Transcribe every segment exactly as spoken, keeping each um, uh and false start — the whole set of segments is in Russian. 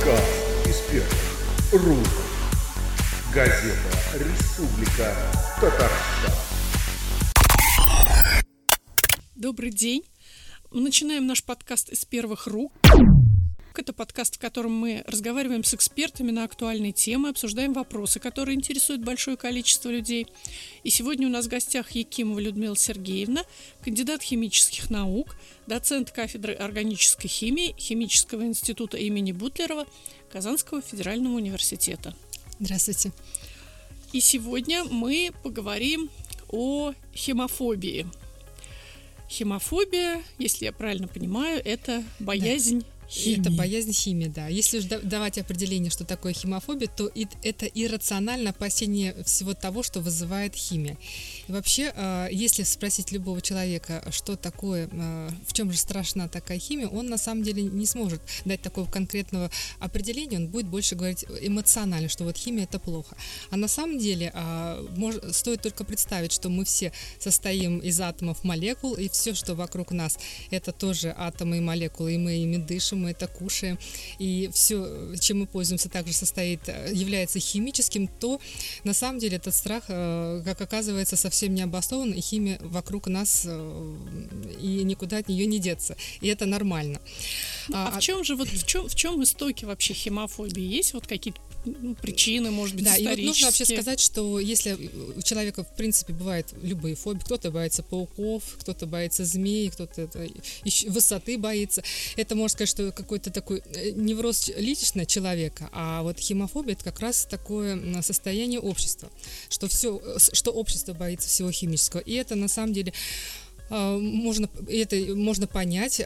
Подкаст из первых рук. Газета «Республика Татарстан». Добрый день. Мы начинаем наш подкаст из первых рук. Это подкаст, в котором мы разговариваем с экспертами на актуальные темы, обсуждаем вопросы, которые интересуют большое количество людей. И сегодня у нас в гостях Якимова Людмила Сергеевна, кандидат химических наук, доцент кафедры органической химии Химического института имени Бутлерова Казанского федерального университета. Здравствуйте. И сегодня мы поговорим о химофобии. Химофобия, если я правильно понимаю, это боязнь да. химии. Это боязнь химии, да. Если уж давать определение, что такое химофобия, то это иррациональное опасение всего того, что вызывает химия. И вообще, если спросить любого человека, что такое, в чем же страшна такая химия, он на самом деле не сможет дать такого конкретного определения, он будет больше говорить эмоционально, что вот химия — это плохо. А на самом деле стоит только представить, что мы все состоим из атомов, молекул, и все, что вокруг нас, это тоже атомы и молекулы, и мы ими дышим, мы это кушаем, и все, чем мы пользуемся, также состоит, является химическим, то на самом деле этот страх, как оказывается, совсем не обоснован, и химия вокруг нас, и никуда от нее не деться, и это нормально. Ну, а, а в чем же, вот в чем, в чем истоки вообще химофобии? Есть вот какие-то ну, причины, может быть, да, исторические? Да, и вот нужно вообще сказать, что если у человека, в принципе, бывают любые фобии, кто-то боится пауков, кто-то боится змей, кто-то высоты боится, это, можно сказать, что какой-то такой невроз личностного человека, а вот химофобия — это как раз такое состояние общества, что все, что общество боится всего химического, и это на самом деле можно, это можно понять,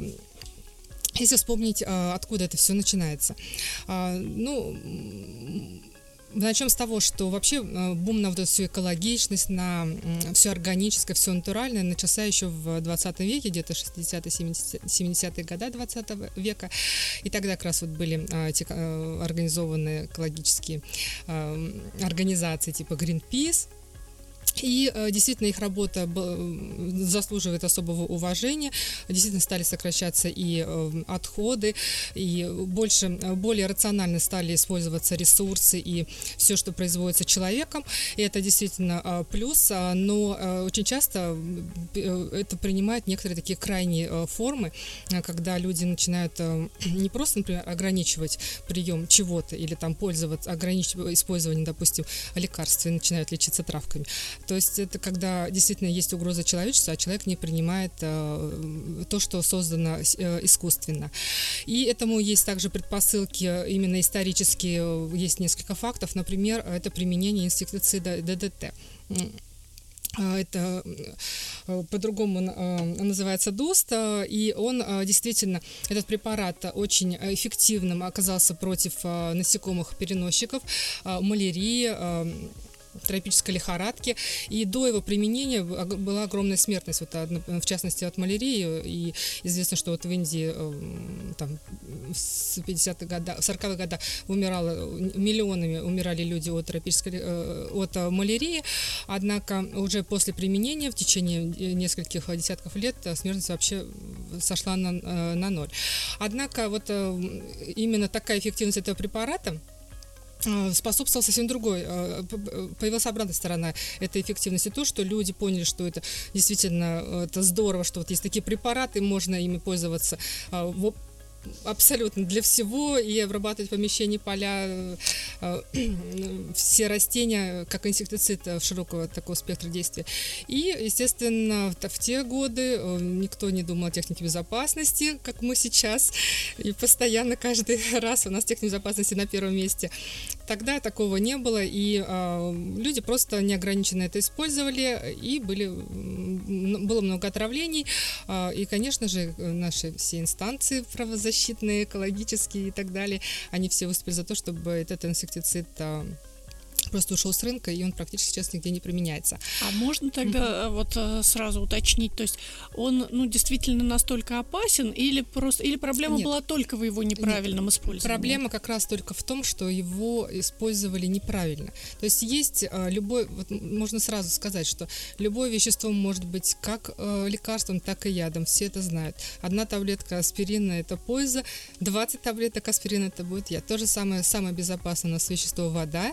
если вспомнить, откуда это все начинается. Ну, начнем с того, что вообще бум на вот эту всю экологичность, на все органическое, все натуральное начался еще в двадцатом веке, где-то шестидесятые, семидесятые годы двадцатого века. И тогда как раз вот были эти организованные экологические организации типа Greenpeace. И э, действительно их работа б, заслуживает особого уважения. Действительно стали сокращаться и э, отходы, и больше, более рационально стали использоваться ресурсы и все, что производится человеком. И это действительно э, плюс, э, но э, очень часто э, это принимает некоторые такие крайние э, формы, э, когда люди начинают э, не просто, например, ограничивать прием чего-то или там пользоваться, ограничивать использование, допустим, лекарств и начинают лечиться травками. То есть это когда действительно есть угроза человечеству, а человек не принимает э, то, что создано э, искусственно. И этому есть также предпосылки именно исторические, есть несколько фактов. Например, это применение инсектицида ДДТ. Это по-другому называется ДОСТ, и он действительно, этот препарат очень эффективным оказался против насекомых-переносчиков, малярии, тропической лихорадки, и до его применения была огромная смертность, вот, в частности от малярии, и известно, что вот в Индии там, в пятидесятых годах, в сороковых годах умирало, миллионами умирали люди от тропической от малярии, однако уже после применения в течение нескольких десятков лет смертность вообще сошла на, на ноль. Однако вот именно такая эффективность этого препарата способствовал совсем другой, появилась обратная сторона этой эффективности, то, что люди поняли, что это действительно это здорово, что вот есть такие препараты, можно ими пользоваться в абсолютно для всего, и обрабатывать помещения, поля, э, э, все растения, как инсектицид широкого такого спектра действия. И, естественно, в, в те годы э, никто не думал о технике безопасности, как мы сейчас, и постоянно каждый раз у нас техника безопасности на первом месте. Тогда такого не было, и э, люди просто неограниченно это использовали, и были, было много отравлений, э, и, конечно же, наши все инстанции правозащитные, защитные, экологические и так далее, они все выступили за то, чтобы этот инсектицид а, просто ушел с рынка, и он практически сейчас нигде не применяется. А можно тогда mm-hmm. вот сразу уточнить, то есть он, ну, действительно настолько опасен, или просто, или проблема Нет. была только в его неправильном Нет. использовании? Проблема как раз только в том, что его использовали неправильно. То есть есть любой, вот можно сразу сказать, что любое вещество может быть как лекарством, так и ядом, все это знают. Одна таблетка аспирина – это польза, двадцать таблеток аспирина – это будет яд. То же самое, самое безопасное у нас вещество – вода.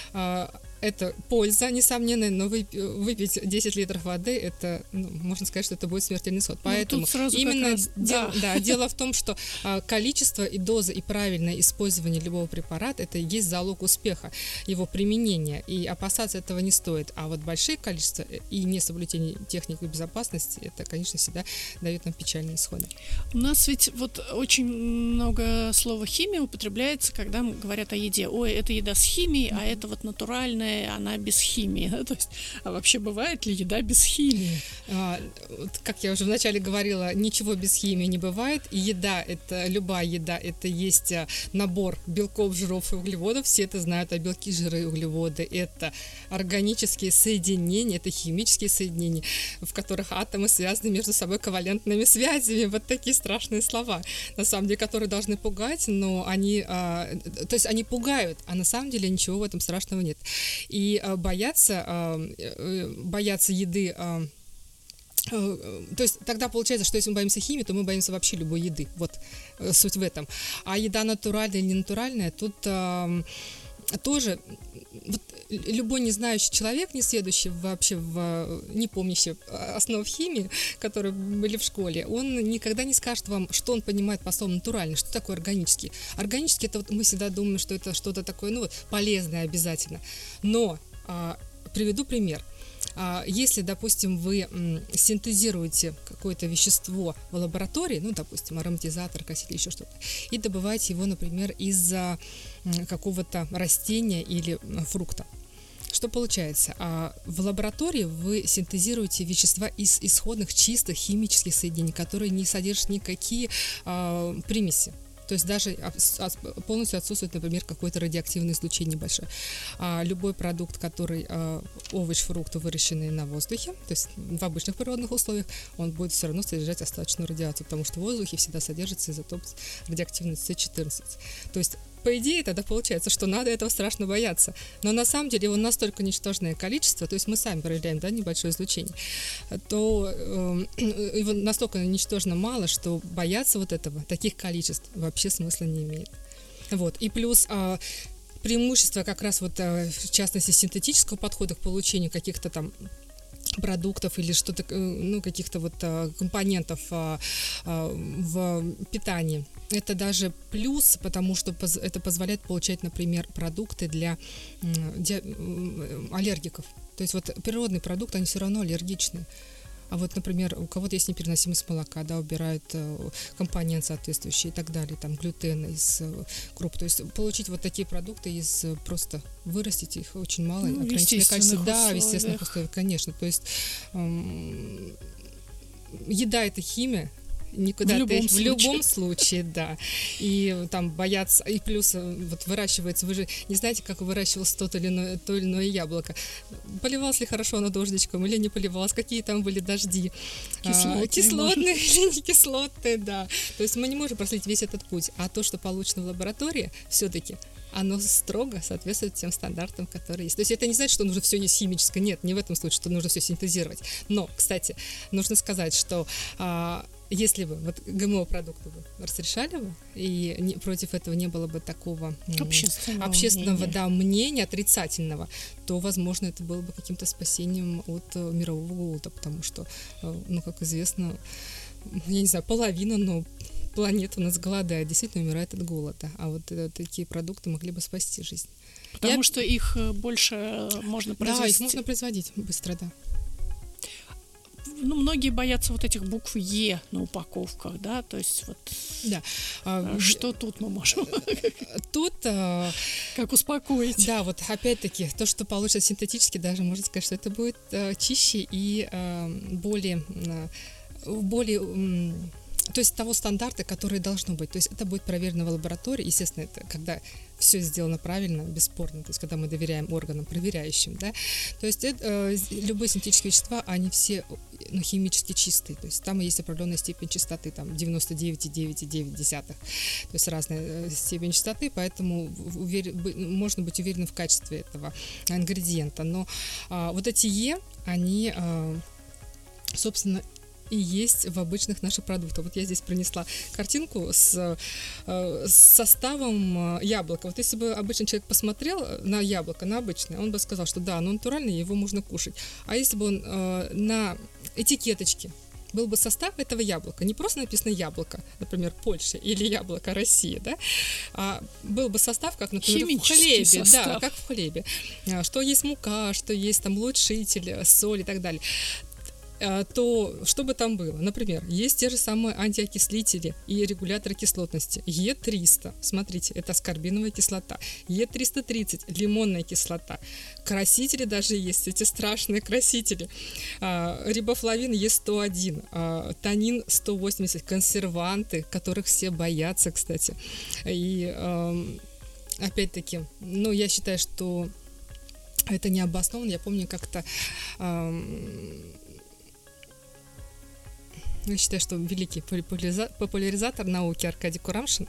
Это польза, несомненно, но выпить десять литров воды, это, ну, можно сказать, что это будет смертельный исход. Ну, Поэтому именно раз, дел, да. Да, дело в том, что а, количество и доза и правильное использование любого препарата – это и есть залог успеха его применения, и опасаться этого не стоит. А вот большие количества и несоблюдение техник безопасности, это, конечно, всегда дает нам печальные исходы. У нас ведь вот очень много слова «химия» употребляется, когда говорят о еде. Ой, это еда с химией, mm-hmm. а это вот натуральная, она без химии. То есть, а вообще бывает ли еда без химии? А, вот, как я уже вначале говорила, ничего без химии не бывает. И еда, это любая еда, это есть набор белков, жиров и углеводов. Все это знают, а белки, жиры и углеводы – это органические соединения, это химические соединения, в которых атомы связаны между собой ковалентными связями. Вот такие страшные слова, на самом деле, которые должны пугать, но они, а, то есть они пугают, а на самом деле ничего в этом страшного нет. И а, бояться, а, бояться еды, а, а, то есть тогда получается, что если мы боимся химии, то мы боимся вообще любой еды. Вот а, суть в этом. А еда натуральная или ненатуральная, тут а, тоже вот, любой не знающий человек, не следующий вообще, в, не помнящий основ химии, которые были в школе, он никогда не скажет вам, что он понимает по слову натуральный, что такое органический. Органический, это вот мы всегда думаем, что это что-то такое, ну вот, полезное обязательно. Но а, приведу пример. Если, допустим, вы м, синтезируете какое-то вещество в лаборатории, ну, допустим, ароматизатор, краситель, еще что-то, и добываете его, например, из м, какого-то растения или м, фрукта, что получается? В лаборатории вы синтезируете вещества из исходных чистых химических соединений, которые не содержат никакие а, примеси. То есть даже полностью отсутствует, например, какое-то радиоактивное излучение большое. А любой продукт, который а, овощ, фрукты, выращенные на воздухе, то есть в обычных природных условиях, он будет все равно содержать остаточную радиацию, потому что в воздухе всегда содержится изотоп радиоактивности С четырнадцать. То есть по идее, тогда получается, что надо этого страшно бояться. Но на самом деле его настолько ничтожное количество, то есть мы сами проявляем, да, небольшое излучение, то э, его настолько ничтожно мало, что бояться вот этого, таких количеств, вообще смысла не имеет. Вот. И плюс э, преимущество как раз вот, э, в частности, синтетического подхода к получению каких-то там продуктов или что-то, ну, каких-то вот а, компонентов а, а, в питании. Это даже плюс, потому что поз- это позволяет получать, например, продукты для м, ди- аллергиков. То есть вот природные продукты, они все равно аллергичны. А вот, например, у кого-то есть непереносимость молока, да, убирают э, компонент соответствующий и так далее, там, глютен из э, круп. То есть получить вот такие продукты из э, просто вырастить их очень мало, ну, ограниченное количество. Да, в естественных условиях, условиях, конечно. То есть э, еда – это химия. Никуда в любом, ты, в любом случае, да. И там боятся, и плюс вот выращивается, вы же не знаете, как выращивалось то или иное, то или иное яблоко. Поливалось ли хорошо оно дождичком или не поливалось, какие там были дожди. Кислотные, а, кислотные или не кислотные, да. То есть мы не можем проследить весь этот путь. А то, что получено в лаборатории, все-таки оно строго соответствует тем стандартам, которые есть. То есть это не значит, что нужно все есть химическое. Нет, не в этом случае, что нужно все синтезировать. Но, кстати, нужно сказать, что а, если бы вот ГМО-продукты бы разрешали бы, и не, против этого не было бы такого общественного, общественного мнения. Да, мнения отрицательного, то, возможно, это было бы каким-то спасением от мирового голода, потому что, ну, как известно, я не знаю, половина, но планета у нас голодает, действительно умирает от голода, а вот э, такие продукты могли бы спасти жизнь. Потому Я... что их больше можно произвести. Да, их можно производить быстро, да. Ну, многие боятся вот этих букв Е на упаковках, да, то есть вот да. а, что тут мы можем? Тут... А, как успокоить? Да, вот опять-таки, то, что получится синтетически, даже можно сказать, что это будет а, чище и а, более... А, более то есть того стандарта, который должно быть. То есть это будет проверено в лаборатории. Естественно, это когда все сделано правильно, бесспорно, то есть когда мы доверяем органам проверяющим, да, то есть это, э, любые синтетические вещества, они все, ну, химически чистые, то есть там есть определенная степень чистоты, там девяносто девять целых девять девять десятых, то есть разная степень чистоты, поэтому увер... можно быть уверенным в качестве этого ингредиента, но а, вот эти Е, они, а, собственно, и есть в обычных наших продуктах. Вот я здесь принесла картинку с, э, с составом яблока. Вот если бы обычный человек посмотрел на яблоко, на обычное, он бы сказал, что да, оно натуральное, его можно кушать. А если бы он э, на этикеточке был бы состав этого яблока, не просто написано яблоко, например, Польша или яблоко России, да, а был бы состав, как, например, в хлебе, состав. Да, как в хлебе, что есть мука, что есть там улучшитель, соль и так далее, то что бы там было? Например, есть те же самые антиокислители и регуляторы кислотности. Е триста, смотрите, это аскорбиновая кислота. Е триста тридцать, лимонная кислота. Красители даже есть, эти страшные красители. Рибофлавин Е сто один, танин сто восемьдесят, консерванты, которых все боятся, кстати. И опять-таки, ну, я считаю, что это не обоснованно. Я помню, как-то я считаю, что великий популяризатор науки Аркадий Курамшин,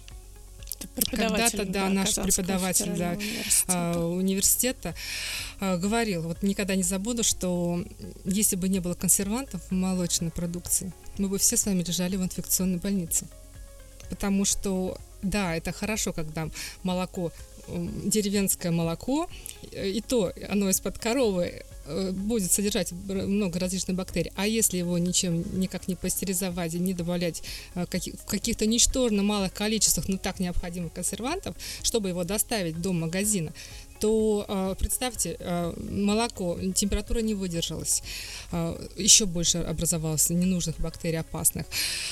когда-то, да, наш преподаватель да, университета, университета говорил, вот никогда не забуду, что если бы не было консервантов в молочной продукции, мы бы все с вами лежали в инфекционной больнице. Потому что, да, это хорошо, когда молоко, деревенское молоко, и то оно из-под коровы будет содержать много различных бактерий, а если его ничем никак не пастеризовать, не добавлять в каких-то ничтожно малых количествах, но так необходимых консервантов, чтобы его доставить до магазина, то представьте, молоко, температура не выдержалась, еще больше образовалось ненужных бактерий опасных.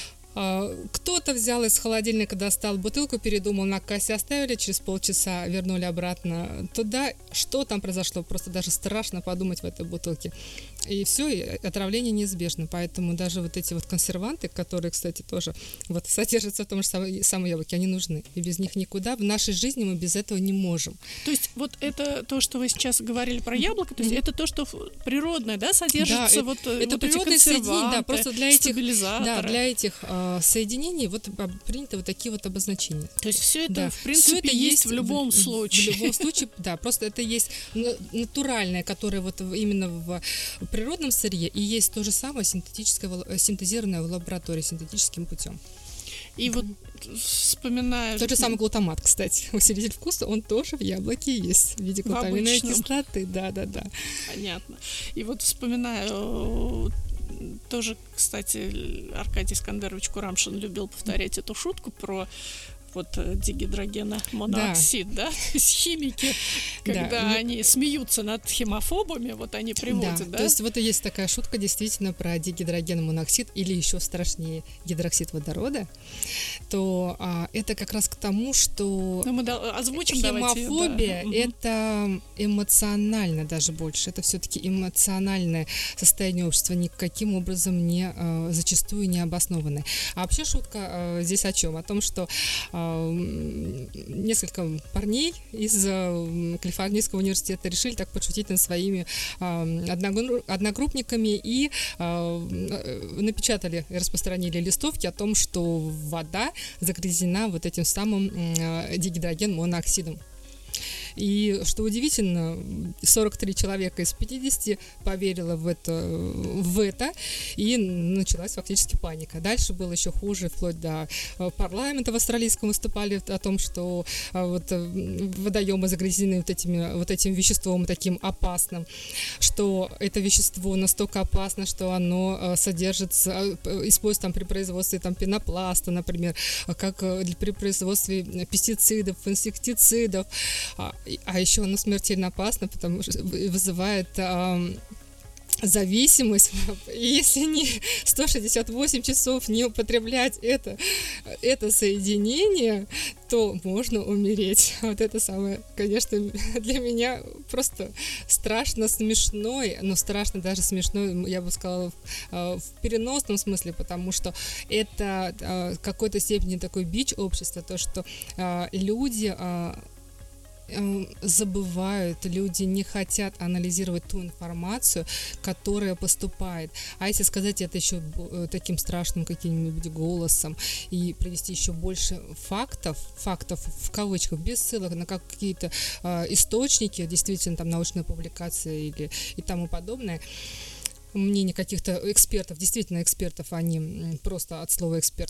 Кто-то взял из холодильника, достал бутылку, передумал, на кассе оставили, через полчаса вернули обратно туда. Что там произошло? Просто даже страшно подумать в этой бутылке. И все, и отравление неизбежно. Поэтому даже вот эти вот консерванты, которые, кстати, тоже вот содержатся в том же самом, самом яблоке, они нужны. И без них никуда. В нашей жизни мы без этого не можем. То есть вот это то, что вы сейчас говорили про яблоко, то есть mm-hmm. это то, что природное, да, содержится, да, вот, это вот природные соединения, да, просто для этих, да, для этих э, соединений вот приняты вот такие вот обозначения. То есть все это, да, в принципе, это есть в любом в, случае. В любом случае, да, просто это есть натуральное, которое вот именно в природном сырье, и есть то же самое синтетическое, синтезированное в лаборатории синтетическим путем. И вот вспоминаю... Тот же самый глутамат, кстати, усилитель вкуса, он тоже в яблоке есть в виде глутаминовой кислоты. Да-да-да. Понятно. И вот вспоминаю... Тоже, кстати, Аркадий Искандерович Курамшин любил повторять эту шутку про вот дигидрогена моноксид, да, да? То есть химики, когда да. они смеются над химофобами, вот они приводят, да, да? То есть вот и есть такая шутка действительно про дигидроген моноксид или еще страшнее гидроксид водорода, то а, это как раз к тому, что ну, мы да, озвучим, химофобия давайте, да. это эмоционально даже больше, это все-таки эмоциональное состояние общества, никаким образом не а, зачастую не обоснованное. А вообще шутка а, здесь о чем? О том, что несколько парней из Калифорнийского университета решили так подшутить над своими одногруппниками и напечатали и распространили листовки о том, что вода загрязнена вот этим самым дигидроген моноксидом. И что удивительно, сорок три человека из пятидесяти поверило в это, в это, и началась фактически паника. Дальше было еще хуже, вплоть до парламента в австралийском выступали о том, что вот водоемы загрязнены вот, этими, вот этим веществом таким опасным, что это вещество настолько опасно, что оно содержится, используется там при производстве там, пенопласта, например, как при производстве пестицидов, инсектицидов. А еще оно смертельно опасно, потому что вызывает а, зависимость, если не сто шестьдесят восемь часов не употреблять это, это соединение, то можно умереть. Вот это самое, конечно, для меня просто страшно смешной, но страшно даже смешной, я бы сказала, в переносном смысле, потому что это в какой-то степени такой бич общества, то, что люди забывают, люди не хотят анализировать ту информацию, которая поступает. А если сказать это еще таким страшным каким-нибудь голосом и привести еще больше фактов, фактов в кавычках, без ссылок на какие-то э, источники, действительно там научные публикации или и тому подобное, мнение каких-то экспертов, действительно экспертов, а не просто от слова эксперт,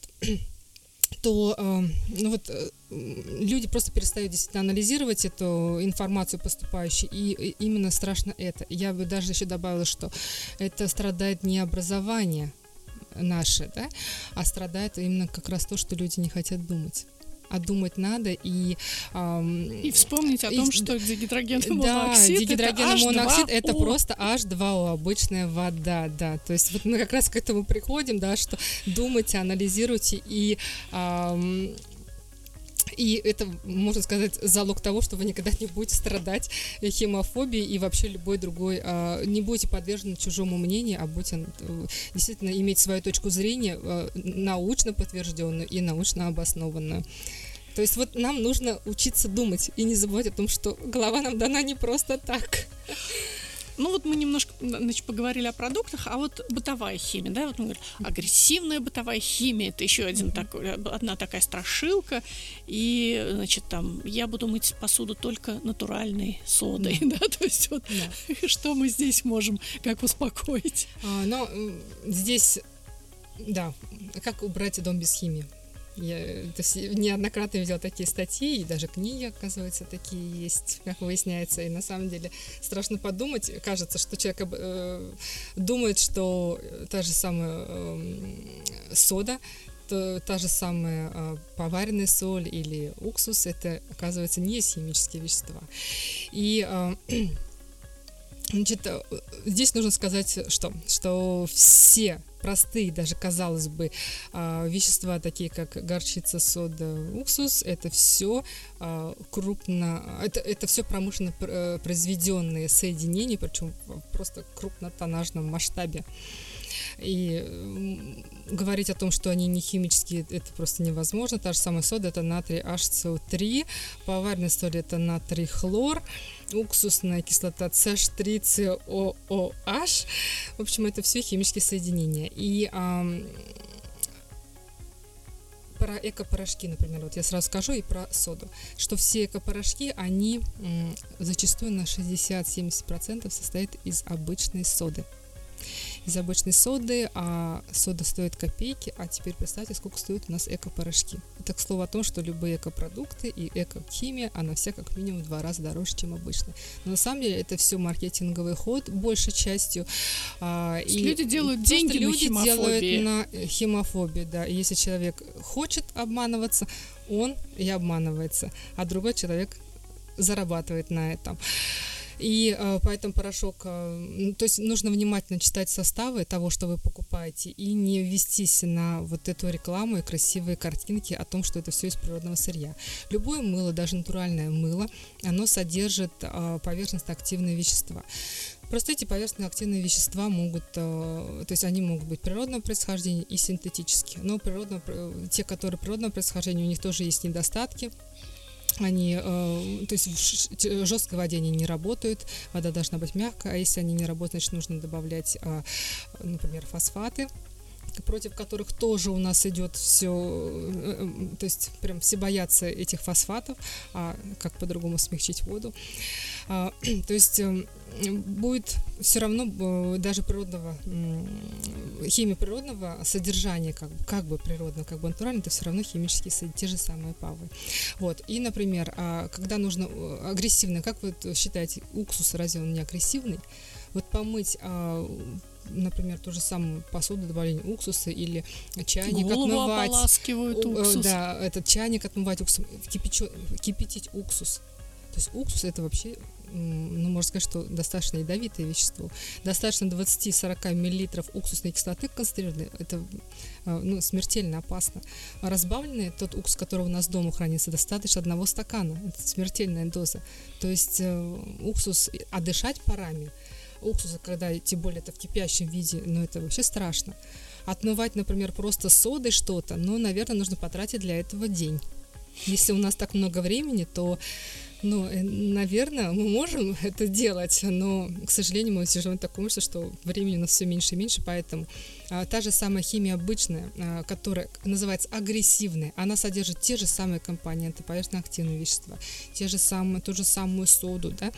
то э, ну вот, э, люди просто перестают действительно анализировать эту информацию поступающую, и, и именно страшно это. Я бы даже еще добавила, что это страдает не образование наше, да, а страдает именно как раз то, что люди не хотят думать. А думать надо и... Эм, и вспомнить о том, и, что дигидрогенный да, моноксид, дигидрогенный моноксид это просто эйч два о, обычная вода, да. То есть вот мы как раз к этому приходим, да, что думайте, анализируйте, и... Эм, И это, можно сказать, залог того, что вы никогда не будете страдать химофобией и вообще любой другой, не будете подвержены чужому мнению, а будете действительно иметь свою точку зрения, научно подтвержденную и научно обоснованную. То есть вот нам нужно учиться думать и не забывать о том, что голова нам дана не просто так. Ну вот мы немножко, значит, поговорили о продуктах, а вот бытовая химия, да, вот мы говорим, агрессивная бытовая химия, это еще один такой, одна такая страшилка, и, значит, там, я буду мыть посуду только натуральной содой, mm. да, то есть вот, yeah. что мы здесь можем, как успокоить? А, ну, здесь, да, как убрать дом без химии? Я то есть, неоднократно видела такие статьи, и даже книги, оказывается, такие есть, как выясняется. И на самом деле страшно подумать. Кажется, что человек э, думает, что та же самая э, сода, то, та же самая э, поваренная соль или уксус, это, оказывается, не химические вещества. И... Э, Значит, здесь нужно сказать, что, что все простые, даже, казалось бы, вещества, такие как горчица, сода, уксус, это все крупно, это, это все промышленно произведенные соединения, причем в просто крупнотоннажном масштабе. И говорить о том, что они не химические, это просто невозможно. Та же самая сода — это натрий эйч си о три, поваренная соль — это натрий хлор, уксусная кислота си эйч три си о о эйч. В общем, это все химические соединения. И а, про эко-порошки, например, вот я сразу скажу, и про соду, что все эко-порошки, они м, зачастую на шестьдесят-семьдесят процентов состоят из обычной соды. Из обычной соды, а сода стоит копейки, а теперь представьте, сколько стоят у нас эко-порошки. Это к слову о том, что любые эко-продукты и эко-химия, она вся как минимум в два раза дороже, чем обычная. Но на самом деле это все маркетинговый ход, большей частью. А, и люди делают деньги люди на химофобии. делают на химофобии, да. И если человек хочет обманываться, он и обманывается, а другой человек зарабатывает на этом. И э, поэтому порошок, э, то есть нужно внимательно читать составы того, что вы покупаете, и не вестись на вот эту рекламу и красивые картинки о том, что это все из природного сырья. Любое мыло, даже натуральное мыло, оно содержит э, поверхностно-активные вещества. Просто эти поверхностно-активные вещества могут, э, то есть они могут быть природного происхождения и синтетические. Но природного, те, которые природного происхождения, у них тоже есть недостатки. Они, э, то есть в жесткой воде они не работают, вода должна быть мягкая, а если они не работают, значит нужно добавлять, э, например, фосфаты, против которых тоже у нас идет все, э, э, то есть прям все боятся этих фосфатов, а как по-другому смягчить воду. А, то есть э, будет все равно э, даже природного, э, химия природного содержания, как, как бы природного, как бы натурального, это все равно химические, те же самые павы. Вот. И, например, а, когда нужно агрессивно, как вы считаете, уксус, разве он не агрессивный? Вот помыть, а, например, ту же самую посуду, добавление уксуса или чайник Голову отмывать. ополаскивают уксус. Да, этот чайник отмывать уксусом, кипячу, кипятить уксус. есть уксус это вообще, ну, можно сказать, что достаточно ядовитое вещество. Достаточно двадцать-сорок миллилитров уксусной кислоты концентрированной, это ну, смертельно опасно. Разбавленный, тот уксус, который у нас дома хранится, достаточно одного стакана. Это смертельная доза. То есть уксус, а дышать парами, уксуса, когда, тем более это в кипящем виде, ну это вообще страшно. Отмывать, например, просто содой что-то, ну, наверное, нужно потратить для этого день. Если у нас так много времени, то, ну, наверное, мы можем это делать, но, к сожалению, мы живем в таком обществе, что времени у нас все меньше и меньше, поэтому а, та же самая химия обычная, а, которая называется агрессивная, она содержит те же самые компоненты, поверхностно-активные вещества, те же самые, ту же самую соду, да,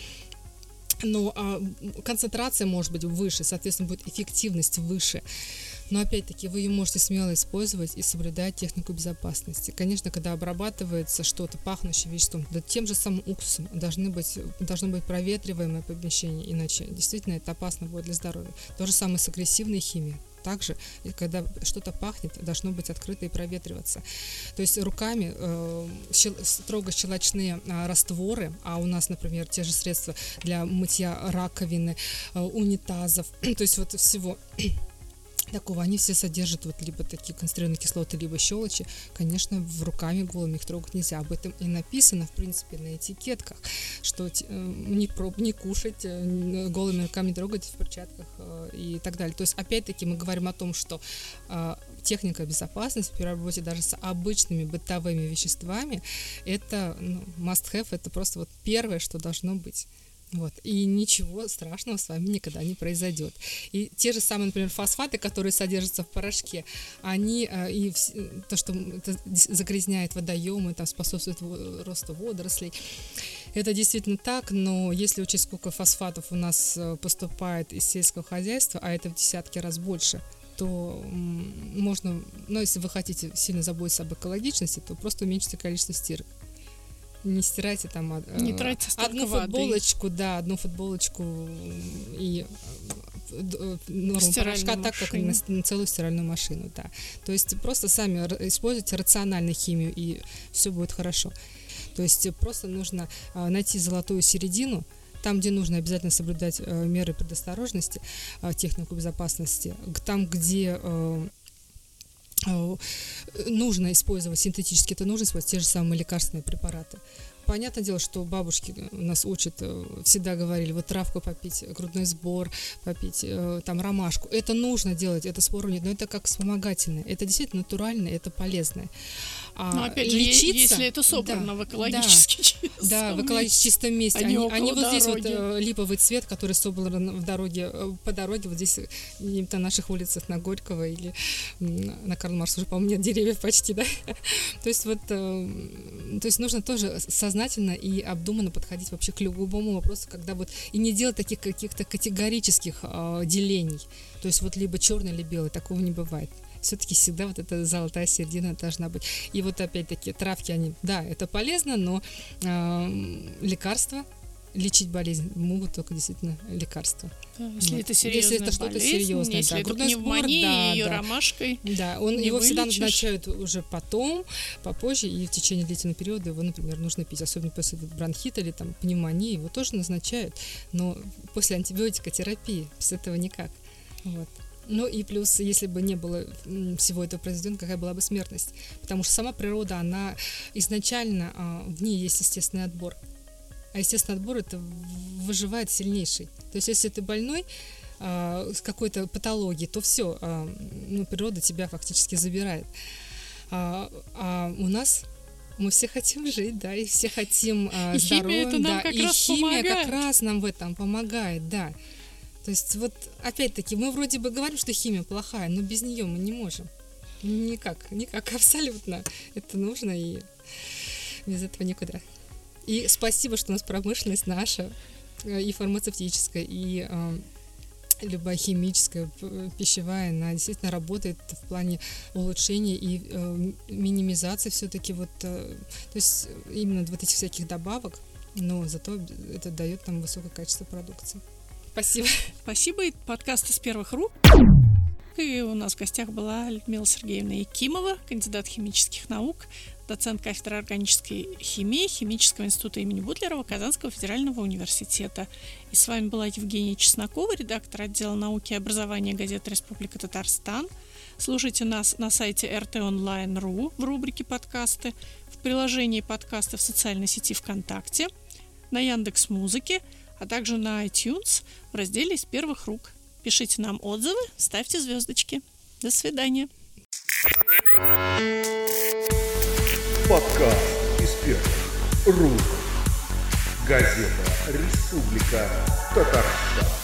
но а, концентрация может быть выше, соответственно, будет эффективность выше. Но опять-таки вы ее можете смело использовать и соблюдать технику безопасности. Конечно, когда обрабатывается что-то пахнущее веществом, да тем же самым уксусом должны быть, должно быть проветриваемое помещение, иначе действительно это опасно будет для здоровья. То же самое с агрессивной химией. Также, когда что-то пахнет, должно быть открыто и проветриваться. То есть руками э, щел, строго щелочные э, растворы, а у нас, например, те же средства для мытья раковины, э, унитазов, то есть вот всего такого, они все содержат вот либо такие концентрированные кислоты, либо щелочи. Конечно, в руками голыми их трогать нельзя. Об этом и написано, в принципе, на этикетках, что э, не, проб, не кушать, э, голыми руками не трогать в перчатках э, и так далее. То есть, опять-таки, мы говорим о том, что э, техника безопасности при работе даже с обычными бытовыми веществами, это ну, must-have, это просто вот первое, что должно быть. Вот. И ничего страшного с вами никогда не произойдет. И те же самые, например, фосфаты, которые содержатся в порошке, они и то, что это загрязняет водоемы, там, способствует росту водорослей, это действительно так, но если учесть, сколько фосфатов у нас поступает из сельского хозяйства, а это в десятки раз больше, то можно, ну, если вы хотите сильно заботиться об экологичности, то просто уменьшите количество стирок. Не стирайте там не тратьте одну футболочку, воды. Да, одну футболочку и норму порошка, так как и на, на целую стиральную машину, да. То есть просто сами используйте рациональную химию, и все будет хорошо. То есть просто нужно найти золотую середину, там, где нужно обязательно соблюдать меры предосторожности, технику безопасности, там, где нужно использовать синтетически, это нужно использовать те же самые лекарственные препараты. Понятное дело, что бабушки нас учат, всегда говорили, вот травку попить, грудной сбор попить, там ромашку. Это нужно делать, это спору нет, но это как вспомогательное. Это действительно натуральное, это полезное. А но опять же, лечиться, если это собрано да, в экологически да, чистом да, в экологически чистом месте. Они, они, они вот здесь вот липовый цвет, который собран в дороге, по дороге, вот здесь на наших улицах, на Горького или на Карла Маркса, уже, по-моему, нет деревьев почти, да. То есть вот, то есть нужно тоже сознательно и обдуманно подходить вообще к любому вопросу, когда вот и не делать таких каких-то категорических э, делений. То есть вот либо черный, либо белый, такого не бывает. Все-таки всегда вот эта золотая середина должна быть. И вот опять-таки травки, они, да, это полезно, но э, лекарства, лечить болезнь могут только действительно лекарства. Да, если вот. Это серьезная если это что-то болезнь, серьезное, если да, это пневмония, да, ее да. ромашкой. Да, он, его всегда назначают уже потом, попозже, и в течение длительного периода его, например, нужно пить, особенно после бронхита или там пневмонии, его тоже назначают, но после антибиотикотерапии, без этого никак. Вот. Ну и плюс, если бы не было всего этого произведено, какая была бы смертность? Потому что сама природа, она изначально, в ней есть естественный отбор. А естественный отбор это выживает сильнейший. То есть если ты больной с какой-то патологией, то все, ну, природа тебя фактически забирает. А, а у нас мы все хотим жить, да, и все хотим и здоровья, химия, да, как и раз химия помогает. как раз нам в этом помогает, да. То есть вот опять-таки мы вроде бы говорим, что химия плохая, но без нее мы не можем. Никак, никак, абсолютно. Это нужно, и без этого никуда. И спасибо, что у нас промышленность наша, и фармацевтическая, и э, любая химическая, пищевая, она действительно работает в плане улучшения и э, минимизации все-таки вот, э, то есть именно вот этих всяких добавок, но зато это дает нам высокое качество продукции. Спасибо. Спасибо. И подкаст из первых рук. И у нас в гостях была Людмила Сергеевна Якимова, кандидат химических наук, доцент кафедры органической химии Химического института имени Бутлерова Казанского федерального университета. И с вами была Евгения Чеснокова, редактор отдела науки и образования газеты «Республика Татарстан». Слушайте нас на сайте эр тэ онлайн точка ру в рубрике «Подкасты», в приложении «Подкасты» в социальной сети ВКонтакте, на Яндекс.Музыке, а также на iTunes в разделе «Из первых рук». Пишите нам отзывы, ставьте звездочки. До свидания. Подкаст из первых рук. Газета «Республика Татарстан».